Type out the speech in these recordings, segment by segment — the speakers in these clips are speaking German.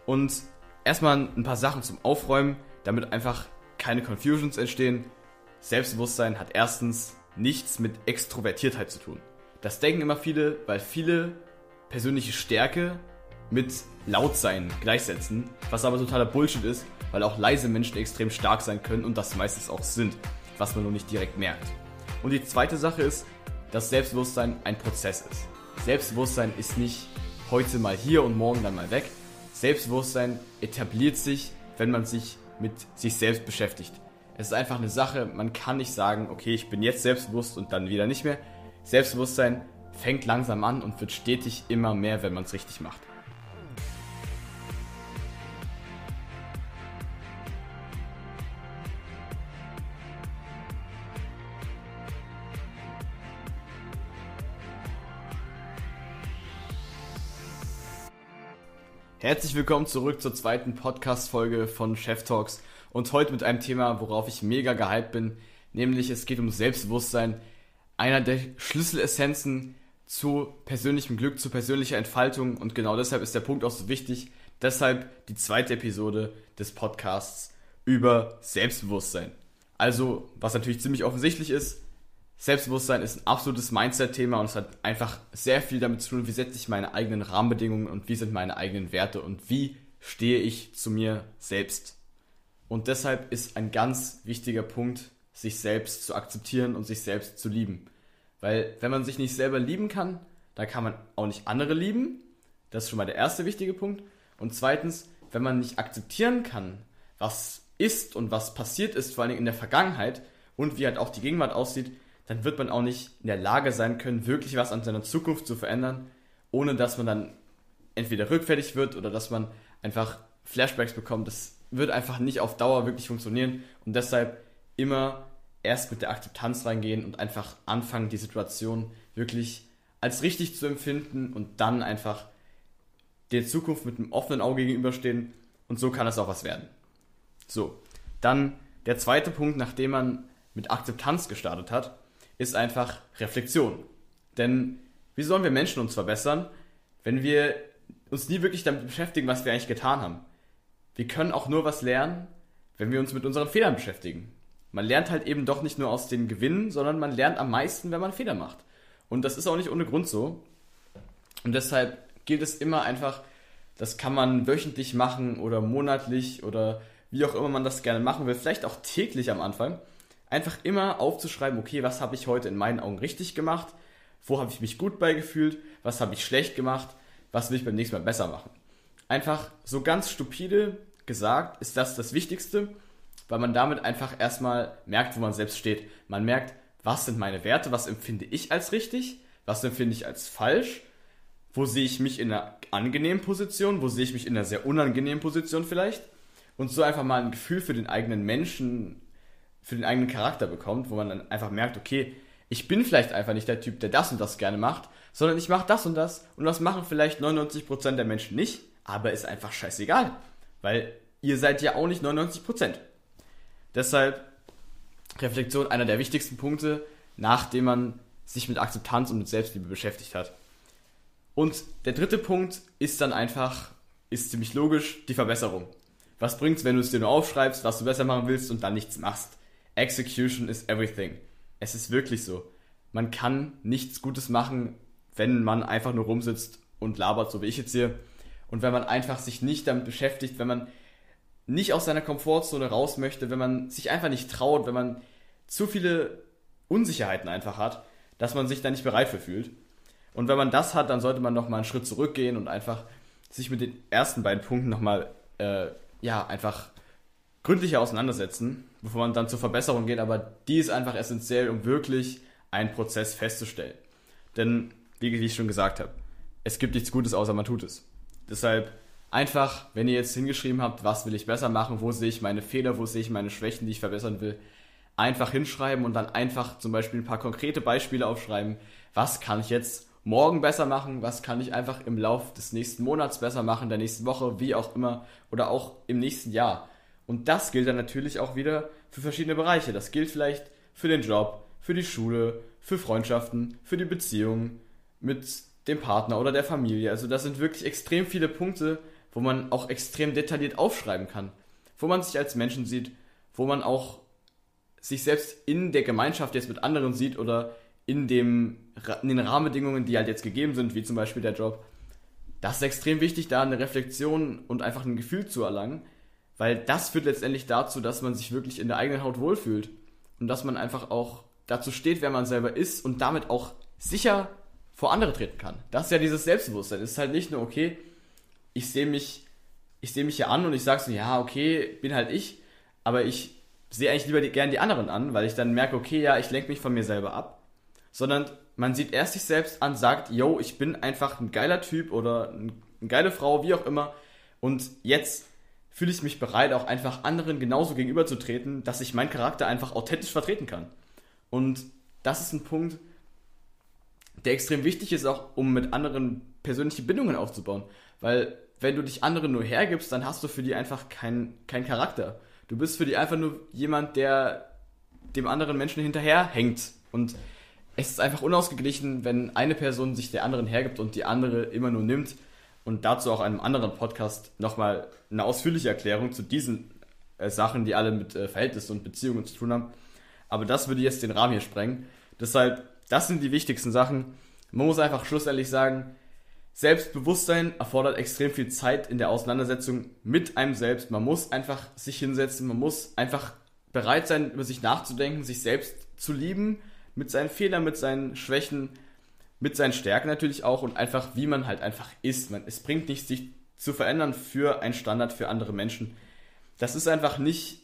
Und erstmal ein paar Sachen zum Aufräumen, damit einfach keine Confusions entstehen. Selbstbewusstsein hat erstens nichts mit Extrovertiertheit zu tun. Das denken immer viele, weil viele persönliche Stärke mit Lautsein gleichsetzen, was aber totaler Bullshit ist, weil auch leise Menschen extrem stark sein können und das meistens auch sind, was man nur nicht direkt merkt. Und die zweite Sache ist, dass Selbstbewusstsein ein Prozess ist. Selbstbewusstsein ist nicht heute mal hier und morgen dann mal weg. Selbstbewusstsein etabliert sich, wenn man sich mit sich selbst beschäftigt. Es ist einfach eine Sache, man kann nicht sagen, okay, ich bin jetzt selbstbewusst und dann wieder nicht mehr. Selbstbewusstsein fängt langsam an und wird stetig immer mehr, wenn man es richtig macht. Herzlich willkommen zurück zur zweiten Podcast-Folge von Chef Talks und heute mit einem Thema, worauf ich mega gehypt bin, nämlich es geht um Selbstbewusstsein, einer der Schlüsselessenzen zu persönlichem Glück, zu persönlicher Entfaltung und genau deshalb ist der Punkt auch so wichtig, deshalb die zweite Episode des Podcasts über Selbstbewusstsein. Also, was natürlich ziemlich offensichtlich ist, Selbstbewusstsein ist ein absolutes Mindset-Thema und es hat einfach sehr viel damit zu tun, wie setze ich meine eigenen Rahmenbedingungen und wie sind meine eigenen Werte und wie stehe ich zu mir selbst. Und deshalb ist ein ganz wichtiger Punkt, sich selbst zu akzeptieren und sich selbst zu lieben. Weil wenn man sich nicht selber lieben kann, dann kann man auch nicht andere lieben. Das ist schon mal der erste wichtige Punkt. Und zweitens, wenn man nicht akzeptieren kann, was ist und was passiert ist, vor allem in der Vergangenheit und wie halt auch die Gegenwart aussieht, dann wird man auch nicht in der Lage sein können, wirklich was an seiner Zukunft zu verändern, ohne dass man dann entweder rückfällig wird oder dass man einfach Flashbacks bekommt. Das wird einfach nicht auf Dauer wirklich funktionieren und deshalb immer erst mit der Akzeptanz reingehen und einfach anfangen, die Situation wirklich als richtig zu empfinden und dann einfach der Zukunft mit einem offenen Auge gegenüberstehen und so kann es auch was werden. So, dann der zweite Punkt, nachdem man mit Akzeptanz gestartet hat, ist einfach Reflexion. Denn wie sollen wir Menschen uns verbessern, wenn wir uns nie wirklich damit beschäftigen, was wir eigentlich getan haben? Wir können auch nur was lernen, wenn wir uns mit unseren Fehlern beschäftigen. Man lernt halt eben doch nicht nur aus den Gewinnen, sondern man lernt am meisten, wenn man Fehler macht. Und das ist auch nicht ohne Grund so. Und deshalb gilt es immer einfach, das kann man wöchentlich machen oder monatlich oder wie auch immer man das gerne machen will, vielleicht auch täglich am Anfang. Einfach immer aufzuschreiben, okay, was habe ich heute in meinen Augen richtig gemacht, wo habe ich mich gut bei gefühlt, was habe ich schlecht gemacht, was will ich beim nächsten Mal besser machen. Einfach so ganz stupide gesagt ist das Wichtigste, weil man damit einfach erstmal merkt, wo man selbst steht. Man merkt, was sind meine Werte, was empfinde ich als richtig, was empfinde ich als falsch, wo sehe ich mich in einer angenehmen Position, wo sehe ich mich in einer sehr unangenehmen Position vielleicht und so einfach mal ein Gefühl für den eigenen Menschen, für den eigenen Charakter bekommt, wo man dann einfach merkt, okay, ich bin vielleicht einfach nicht der Typ, der das und das gerne macht, sondern ich mache das und das machen vielleicht 99% der Menschen nicht, aber ist einfach scheißegal, weil ihr seid ja auch nicht 99%. Deshalb Reflexion einer der wichtigsten Punkte, nachdem man sich mit Akzeptanz und mit Selbstliebe beschäftigt hat. Und der dritte Punkt ist dann einfach, ist ziemlich logisch, die Verbesserung. Was bringt's, wenn du es dir nur aufschreibst, was du besser machen willst und dann nichts machst? Execution is everything. Es ist wirklich so. Man kann nichts Gutes machen, wenn man einfach nur rumsitzt und labert, so wie ich jetzt hier. Und wenn man einfach sich nicht damit beschäftigt, wenn man nicht aus seiner Komfortzone raus möchte, wenn man sich einfach nicht traut, wenn man zu viele Unsicherheiten einfach hat, dass man sich da nicht bereit für fühlt. Und wenn man das hat, dann sollte man nochmal einen Schritt zurückgehen und einfach sich mit den ersten beiden Punkten nochmal einfach gründlicher auseinandersetzen, bevor man dann zur Verbesserung geht, aber die ist einfach essentiell, um wirklich einen Prozess festzustellen. Denn, wie ich schon gesagt habe, es gibt nichts Gutes, außer man tut es. Deshalb einfach, wenn ihr jetzt hingeschrieben habt, was will ich besser machen, wo sehe ich meine Fehler, wo sehe ich meine Schwächen, die ich verbessern will, einfach hinschreiben und dann einfach zum Beispiel ein paar konkrete Beispiele aufschreiben, was kann ich jetzt morgen besser machen, was kann ich einfach im Lauf des nächsten Monats besser machen, der nächsten Woche, wie auch immer, oder auch im nächsten Jahr. Und das gilt dann natürlich auch wieder für verschiedene Bereiche. Das gilt vielleicht für den Job, für die Schule, für Freundschaften, für die Beziehung mit dem Partner oder der Familie. Also das sind wirklich extrem viele Punkte, wo man auch extrem detailliert aufschreiben kann, wo man sich als Menschen sieht, wo man auch sich selbst in der Gemeinschaft jetzt mit anderen sieht oder in den Rahmenbedingungen, die halt jetzt gegeben sind, wie zum Beispiel der Job. Das ist extrem wichtig, da eine Reflexion und einfach ein Gefühl zu erlangen, weil das führt letztendlich dazu, dass man sich wirklich in der eigenen Haut wohlfühlt und dass man einfach auch dazu steht, wer man selber ist und damit auch sicher vor andere treten kann. Das ist ja dieses Selbstbewusstsein. Es ist halt nicht nur, okay, ich sehe mich hier an und ich sage so, ja, okay, bin halt ich, aber ich sehe eigentlich lieber gern die anderen an, weil ich dann merke, okay, ja, ich lenke mich von mir selber ab, sondern man sieht erst sich selbst an, sagt, yo, ich bin einfach ein geiler Typ oder eine geile Frau, wie auch immer, und jetzt fühle ich mich bereit, auch einfach anderen genauso gegenüberzutreten, dass ich meinen Charakter einfach authentisch vertreten kann. Und das ist ein Punkt, der extrem wichtig ist, auch um mit anderen persönliche Bindungen aufzubauen. Weil wenn du dich anderen nur hergibst, dann hast du für die einfach keinen Charakter. Du bist für die einfach nur jemand, der dem anderen Menschen hinterherhängt. Und es ist einfach unausgeglichen, wenn eine Person sich der anderen hergibt und die andere immer nur nimmt. Und dazu auch in einem anderen Podcast nochmal eine ausführliche Erklärung zu diesen Sachen, die alle mit Verhältnissen und Beziehungen zu tun haben. Aber das würde jetzt den Rahmen hier sprengen. Deshalb, das sind die wichtigsten Sachen. Man muss einfach schlussendlich sagen, Selbstbewusstsein erfordert extrem viel Zeit in der Auseinandersetzung mit einem selbst. Man muss einfach sich hinsetzen, man muss einfach bereit sein, über sich nachzudenken, sich selbst zu lieben, mit seinen Fehlern, mit seinen Schwächen, mit seinen Stärken natürlich auch und einfach, wie man halt einfach ist. Es bringt nichts, sich zu verändern für einen Standard für andere Menschen. Das ist einfach nicht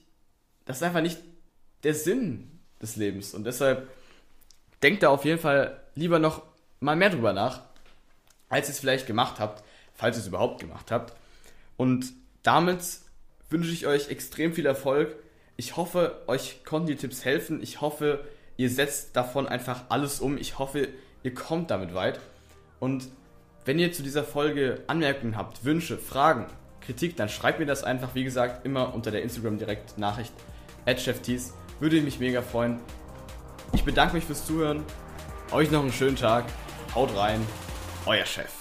der Sinn des Lebens. Und deshalb denkt da auf jeden Fall lieber noch mal mehr drüber nach, als ihr es vielleicht gemacht habt, falls ihr es überhaupt gemacht habt. Und damit wünsche ich euch extrem viel Erfolg. Ich hoffe, euch konnten die Tipps helfen. Ich hoffe, ihr setzt davon einfach alles um. Ich hoffe, ihr kommt damit weit. Und wenn ihr zu dieser Folge Anmerkungen habt, Wünsche, Fragen, Kritik, dann schreibt mir das einfach, wie gesagt, immer unter der Instagram-Direkt-Nachricht @cheftees. Würde mich mega freuen. Ich bedanke mich fürs Zuhören. Euch noch einen schönen Tag. Haut rein. Euer Chef.